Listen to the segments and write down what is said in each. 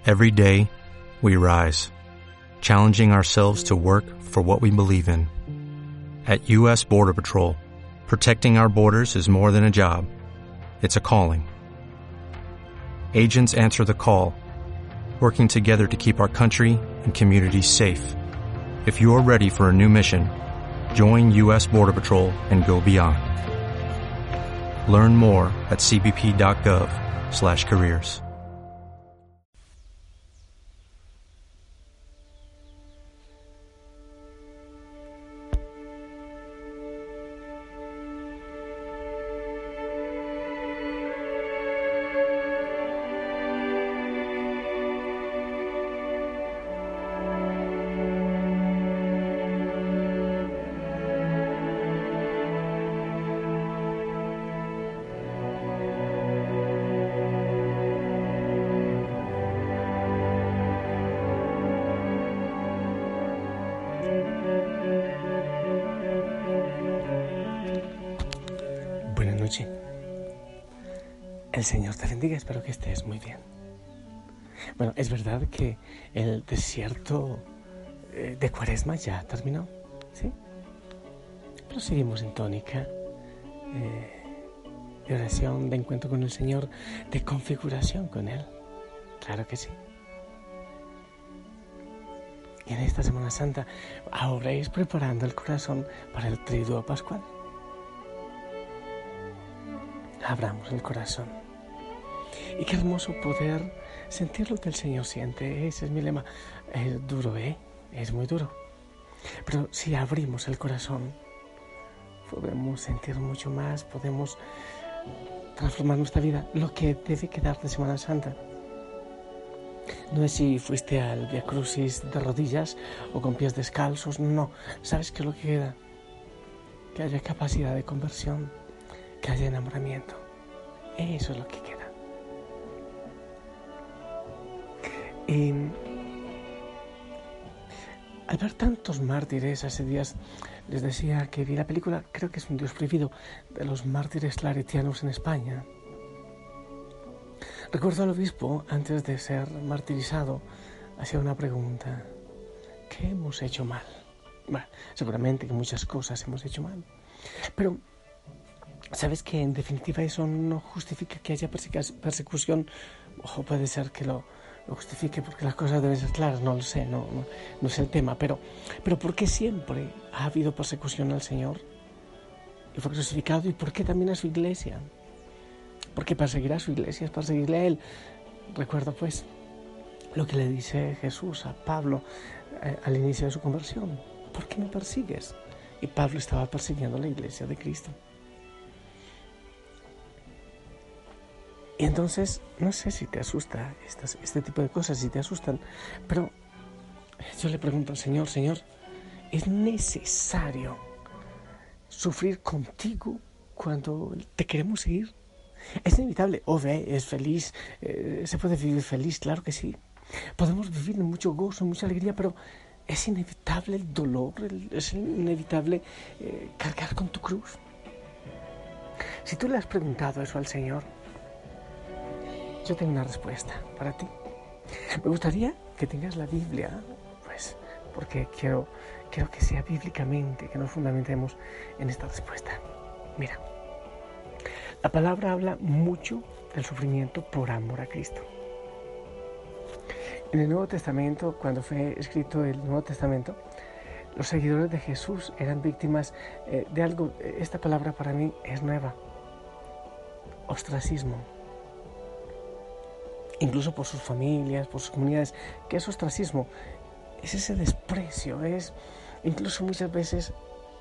Every day, we rise, challenging ourselves to work for what we believe in. At U.S. Border Patrol, protecting our borders is more than a job. It's a calling. Agents answer the call, working together to keep our country and communities safe. If you're ready for a new mission, join U.S. Border Patrol and go beyond. Learn more at cbp.gov/careers. Buenas noches. El Señor te bendiga, espero que estés muy bien. Bueno, es verdad que el desierto de Cuaresma ya terminó, ¿sí? Pero seguimos en tónica de oración, de encuentro con el Señor, de configuración con Él. Claro que sí. Y en esta Semana Santa ahora es preparando el corazón para el Triduo Pascual. Abramos el corazón. Y qué hermoso poder sentir lo que el Señor siente. Ese es mi lema. Es duro, es muy duro. Pero si abrimos el corazón, podemos sentir mucho más, podemos transformar nuestra vida. Lo que debe quedar de Semana Santa no es si fuiste al Via Crucis de rodillas o con pies descalzos, no. ¿Sabes qué es lo que queda? Que haya capacidad de conversión, que haya enamoramiento. Eso es lo que queda. Y al ver tantos mártires, hace días les decía que vi la película, creo que es Un Dios prohibido, de los mártires claretianos en España. Recuerdo al obispo, antes de ser martirizado, hacía una pregunta: ¿qué hemos hecho mal? Bueno, seguramente que muchas cosas hemos hecho mal, pero ¿sabes que en definitiva eso no justifica que haya persecución? Ojo, puede ser que lo justifique porque las cosas deben ser claras, no lo sé, no es el tema, pero ¿por qué siempre ha habido persecución al Señor? Y fue crucificado, ¿y por qué también a su iglesia? Porque perseguir a su iglesia es perseguirle a Él. Recuerdo pues lo que le dice Jesús a Pablo al inicio de su conversión: ¿por qué me persigues? Y Pablo estaba persiguiendo a la iglesia de Cristo. Y entonces, no sé si te asusta este tipo de cosas, si te asustan, pero yo le pregunto al Señor: Señor, ¿es necesario sufrir contigo cuando te queremos seguir? ¿Es inevitable? Es feliz, se puede vivir feliz, claro que sí. Podemos vivir en mucho gozo, en mucha alegría, pero ¿es inevitable el dolor? ¿Es inevitable cargar con tu cruz? Si tú le has preguntado eso al Señor, yo tengo una respuesta para ti. Me gustaría que tengas la Biblia, pues, porque quiero que sea bíblicamente, que nos fundamentemos en esta respuesta. Mira, la palabra habla mucho del sufrimiento por amor a Cristo. En el Nuevo Testamento, cuando fue escrito el Nuevo Testamento, los seguidores de Jesús eran víctimas de algo. Esta palabra para mí es nueva: ostracismo. Incluso por sus familias, por sus comunidades. ¿Qué es ostracismo? Es ese desprecio, es incluso muchas veces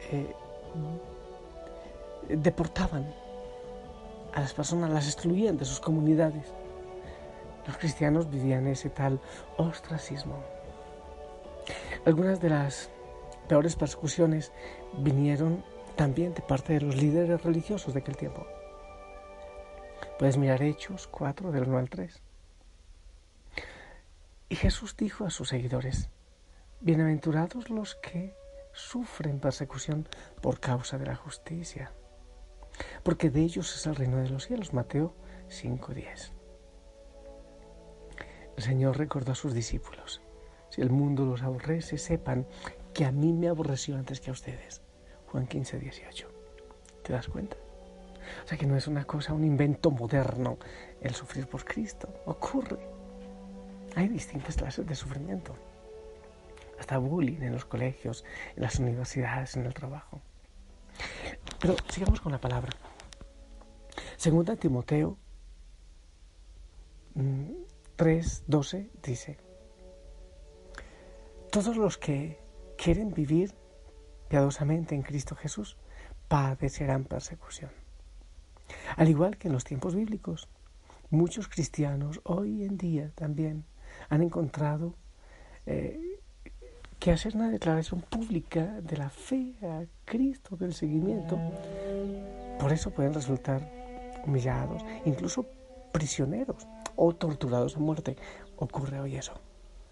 deportaban a las personas, las excluían de sus comunidades. Los cristianos vivían ese tal ostracismo. Algunas de las peores persecuciones vinieron también de parte de los líderes religiosos de aquel tiempo. Puedes mirar Hechos 4, del 1 al 3. Y Jesús dijo a sus seguidores: bienaventurados los que sufren persecución por causa de la justicia, porque de ellos es el reino de los cielos. Mateo 5:10. El Señor recordó a sus discípulos: si el mundo los aborrece, sepan que a mí me aborreció antes que a ustedes. Juan 15:18. ¿Te das cuenta? O sea que no es una cosa, un invento moderno el sufrir por Cristo. Ocurre. Hay distintas clases de sufrimiento. Hasta bullying en los colegios, en las universidades, en el trabajo. Pero sigamos con la palabra. Segunda Timoteo 3:12 dice: todos los que quieren vivir piadosamente en Cristo Jesús padecerán persecución. Al igual que en los tiempos bíblicos, muchos cristianos hoy en día también han encontrado que hacer una declaración pública de la fe a Cristo, del seguimiento. Por eso pueden resultar humillados, incluso prisioneros o torturados a muerte. Ocurre hoy eso.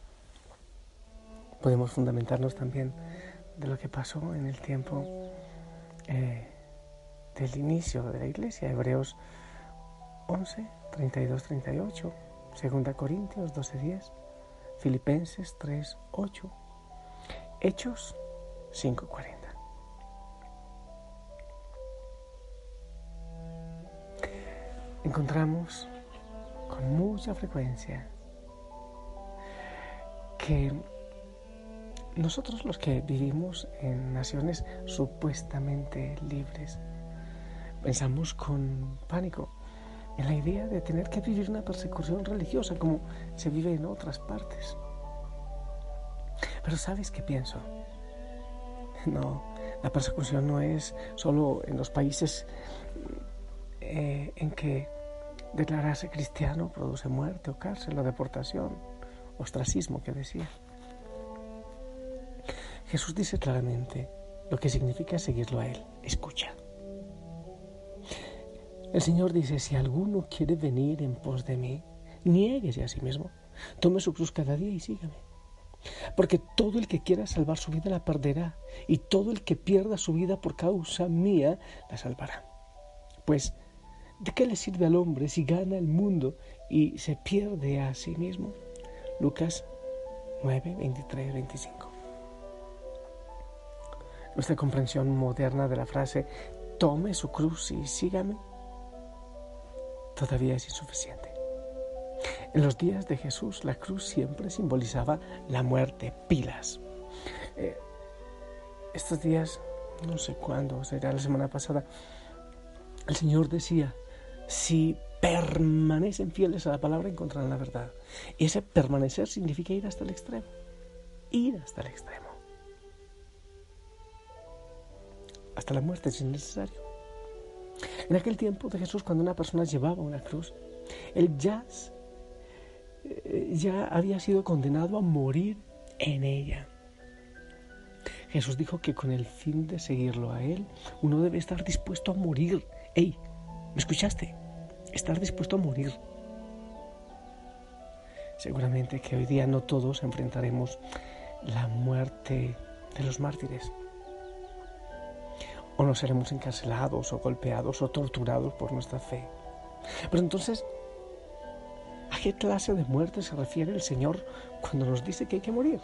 Podemos fundamentarnos también de lo que pasó en el tiempo del inicio de la iglesia. Hebreos 11, 32-38, 2 Corintios 12:10, Filipenses 3:8, Hechos 5:40. Encontramos con mucha frecuencia que nosotros, los que vivimos en naciones supuestamente libres, pensamos con pánico en la idea de tener que vivir una persecución religiosa como se vive en otras partes. Pero ¿sabes qué pienso? No, la persecución no es solo en los países en que declararse cristiano produce muerte o cárcel o deportación, ostracismo que decía. Jesús dice claramente lo que significa seguirlo a Él. Escucha. El Señor dice: si alguno quiere venir en pos de mí, niéguese a sí mismo, tome su cruz cada día y sígame. Porque todo el que quiera salvar su vida la perderá, y todo el que pierda su vida por causa mía la salvará. Pues, ¿de qué le sirve al hombre si gana el mundo y se pierde a sí mismo? Lucas 9, 23, 25. Nuestra comprensión moderna de la frase tome su cruz y sígame todavía es insuficiente. En los días de Jesús, la cruz siempre simbolizaba la muerte, pilas. Estos días, no sé cuándo, será la semana pasada, el Señor decía: si permanecen fieles a la palabra, encontrarán la verdad. Y ese permanecer significa ir hasta el extremo. Ir hasta el extremo. Hasta la muerte si es necesario. En aquel tiempo de Jesús, cuando una persona llevaba una cruz, él ya había sido condenado a morir en ella. Jesús dijo que con el fin de seguirlo a Él, uno debe estar dispuesto a morir. ¡Ey! ¿Me escuchaste? Estar dispuesto a morir. Seguramente que hoy día no todos enfrentaremos la muerte de los mártires. O no seremos encarcelados o golpeados o torturados por nuestra fe. Pero entonces, ¿a qué clase de muerte se refiere el Señor cuando nos dice que hay que morir?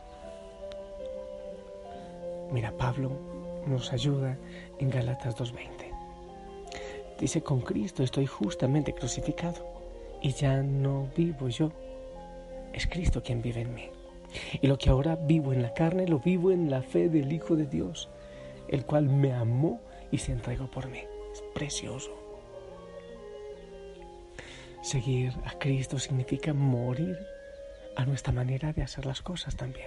Mira, Pablo nos ayuda en Gálatas 2:20. Dice: con Cristo estoy justamente crucificado, y ya no vivo yo, es Cristo quien vive en mí. Y lo que ahora vivo en la carne, lo vivo en la fe del Hijo de Dios, el cual me amó y se entregó por mí. Es precioso. Seguir a Cristo significa morir a nuestra manera de hacer las cosas también.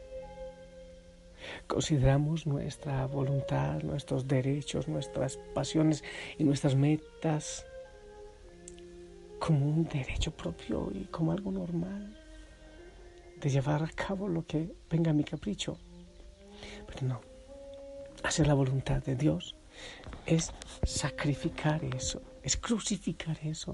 Consideramos nuestra voluntad, nuestros derechos, nuestras pasiones y nuestras metas como un derecho propio y como algo normal de llevar a cabo lo que venga a mi capricho. Pero no, hacer la voluntad de Dios es sacrificar eso, es crucificar eso,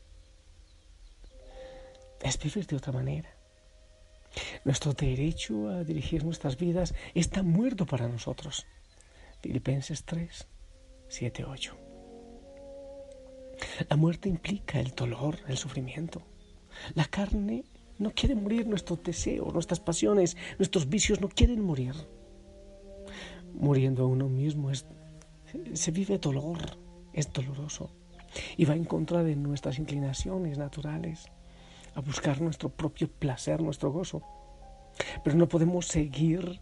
es vivir de otra manera. Nuestro derecho a dirigir nuestras vidas está muerto para nosotros. Filipenses 3, 7, 8. La muerte implica el dolor, el sufrimiento. La carne No quiere morir nuestros deseos, nuestras pasiones, nuestros vicios no quieren morir. Muriendo a uno mismo se vive dolor, es doloroso y va en contra de nuestras inclinaciones naturales a buscar nuestro propio placer, nuestro gozo. Pero no podemos seguir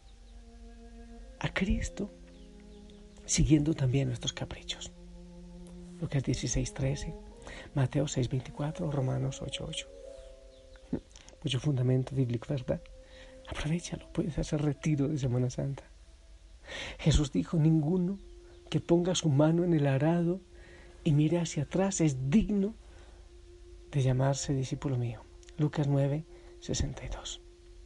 a Cristo siguiendo también nuestros caprichos. Lucas 16:13, Mateo 6:24, Romanos 8:8. Mucho fundamento bíblico, ¿verdad? Aprovechalo, puedes hacer retiro de Semana Santa. Jesús dijo: ninguno que ponga su mano en el arado y mire hacia atrás es digno de llamarse discípulo mío. Lucas 9:62.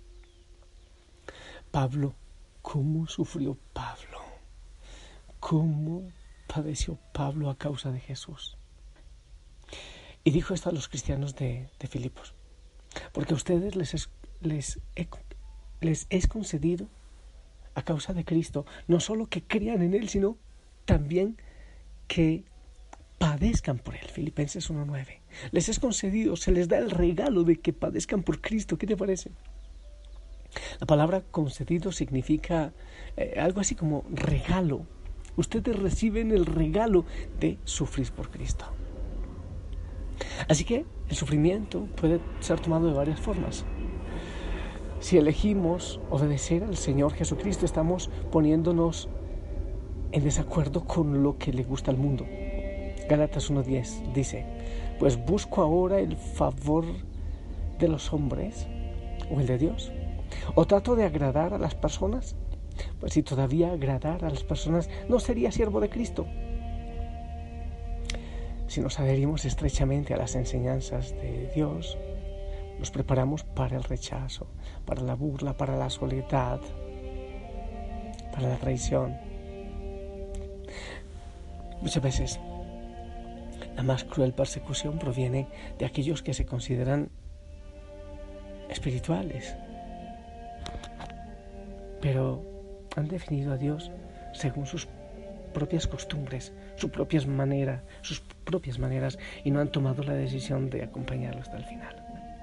Pablo, ¿cómo sufrió Pablo? ¿Cómo padeció Pablo a causa de Jesús? Y dijo esto a los cristianos de Filipos: porque a ustedes les es concedido a causa de Cristo, no solo que crean en Él, sino también que padezcan por Él. Filipenses 1:9. Les es concedido, se les da el regalo de que padezcan por Cristo. ¿Qué te parece? La palabra concedido significa algo así como regalo. Ustedes reciben el regalo de sufrir por Cristo. Así que el sufrimiento puede ser tomado de varias formas. Si elegimos obedecer al Señor Jesucristo, estamos poniéndonos en desacuerdo con lo que le gusta al mundo. Gálatas 1:10 dice: pues busco ahora el favor de los hombres o el de Dios, o trato de agradar a las personas. Pues si todavía agradar a las personas, no sería siervo de Cristo. Si nos adherimos estrechamente a las enseñanzas de Dios, nos preparamos para el rechazo, para la burla, para la soledad, para la traición. Muchas veces la más cruel persecución proviene de aquellos que se consideran espirituales, pero han definido a Dios según sus propias costumbres, sus propias maneras, y no han tomado la decisión de acompañarlo hasta el final.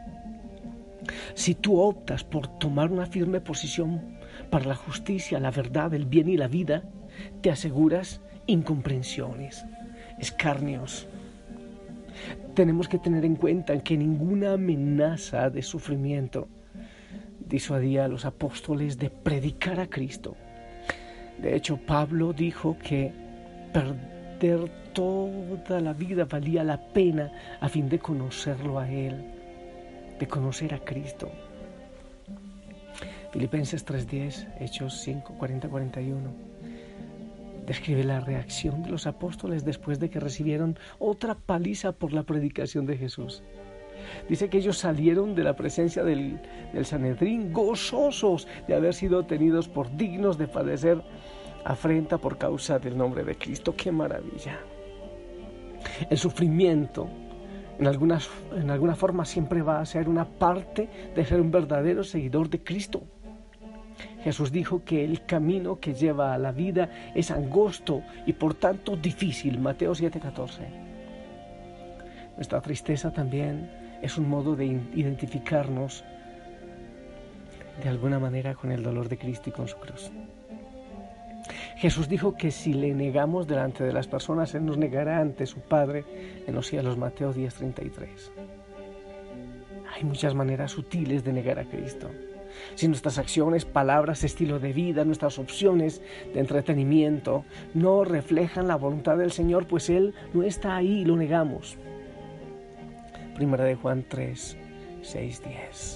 Si tú optas por tomar una firme posición para la justicia, la verdad, el bien y la vida, te aseguras incomprensiones, escarnios. Tenemos que tener en cuenta que ninguna amenaza de sufrimiento disuadía a los apóstoles de predicar a Cristo. De hecho, Pablo dijo que perder toda la vida valía la pena a fin de conocerlo a Él, de conocer a Cristo. Filipenses 3:10, Hechos 5:40-41, describe la reacción de los apóstoles después de que recibieron otra paliza por la predicación de Jesús. Dice que ellos salieron de la presencia del Sanedrín gozosos de haber sido tenidos por dignos de padecer afrenta por causa del nombre de Cristo. ¡Qué maravilla! El sufrimiento en alguna forma siempre va a ser una parte de ser un verdadero seguidor de Cristo. Jesús dijo que el camino que lleva a la vida es angosto y por tanto difícil. Mateo 7:14. Nuestra tristeza también es un modo de identificarnos de alguna manera con el dolor de Cristo y con su cruz. Jesús dijo que si le negamos delante de las personas, Él nos negará ante su Padre en los cielos. Mateo 10:33. Hay muchas maneras sutiles de negar a Cristo. Si nuestras acciones, palabras, estilo de vida, nuestras opciones de entretenimiento no reflejan la voluntad del Señor, pues Él no está ahí y lo negamos. Primera de Juan 3:6-10.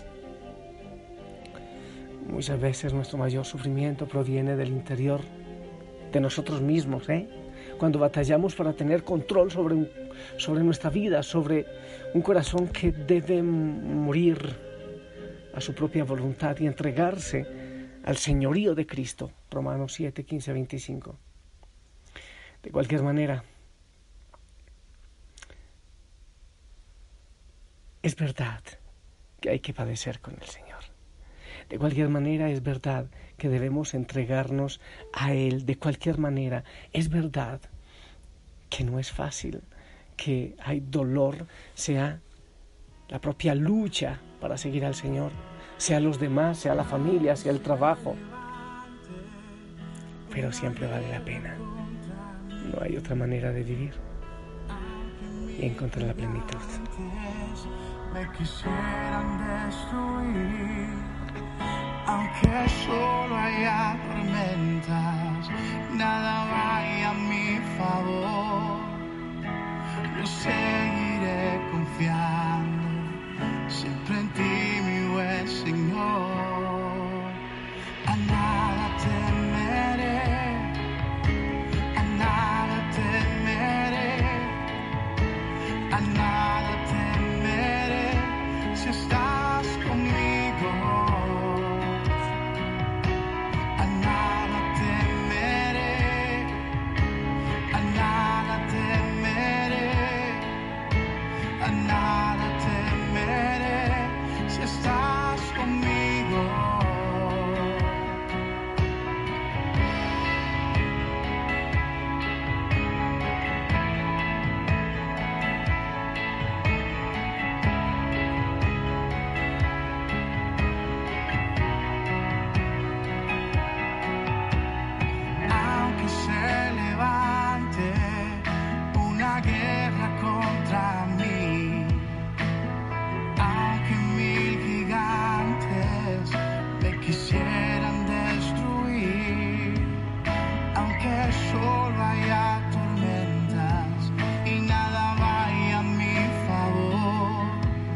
Muchas veces nuestro mayor sufrimiento proviene del interior de nosotros mismos, cuando batallamos para tener control sobre nuestra vida, sobre un corazón que debe morir a su propia voluntad y entregarse al señorío de Cristo. Romanos 7:15-25. De cualquier manera, es verdad que hay que padecer con el Señor. De cualquier manera, es verdad que debemos entregarnos a Él. De cualquier manera, es verdad que no es fácil, que hay dolor, sea la propia lucha para seguir al Señor, sea los demás, sea la familia, sea el trabajo. Pero siempre vale la pena. No hay otra manera de vivir y encontrar la plenitud. Me quisieran destruir, aunque solo haya tormentas, nada vaya a mi favor. Yo seguiré confiando siempre en ti, mi buen Señor. A nada temeré, a nada temeré, a nada temeré si estás conmigo. A nada temeré, a nada temeré, a nada temeré si estás conmigo. Aunque se levante una guerra contra mí, aunque 1000 gigantes me quisieran destruir, aunque solo haya tormentas y nada vaya a mi favor.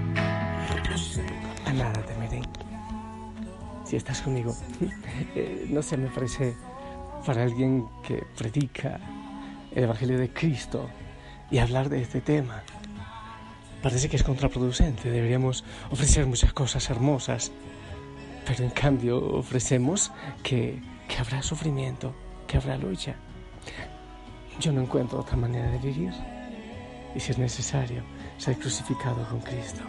A nada temeré. Si estás conmigo. No sé, me parece para alguien que predica el Evangelio de Cristo y hablar de este tema, parece que es contraproducente. Deberíamos ofrecer muchas cosas hermosas, pero en cambio ofrecemos que habrá sufrimiento, que habrá lucha. Yo no encuentro otra manera de vivir, y si es necesario, ser crucificado con Cristo.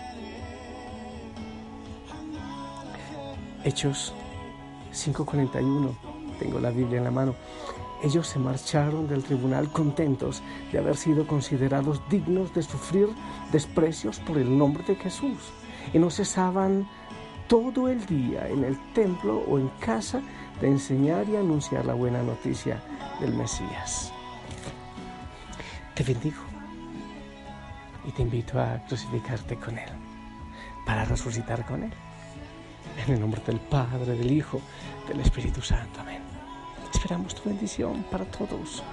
Hechos 5:41, tengo la Biblia en la mano. Ellos se marcharon del tribunal contentos de haber sido considerados dignos de sufrir desprecios por el nombre de Jesús, y no cesaban todo el día en el templo o en casa de enseñar y anunciar la buena noticia del Mesías. Te bendigo y te invito a crucificarte con Él, para resucitar con Él. En el nombre del Padre, del Hijo, del Espíritu Santo. Amén. Esperamos tu bendición para todos.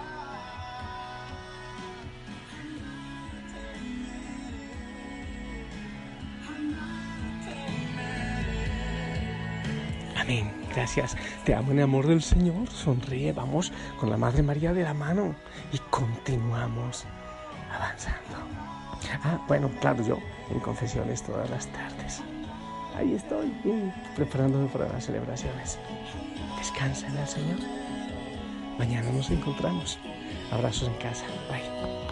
Amén. Gracias. Te amo en el amor del Señor. Sonríe. Vamos con la Madre María de la mano y continuamos avanzando. Bueno, claro, yo en confesiones todas las tardes. Ahí estoy, preparándome para las celebraciones. Descansa en el Señor. Mañana nos encontramos. Abrazos en casa. Bye.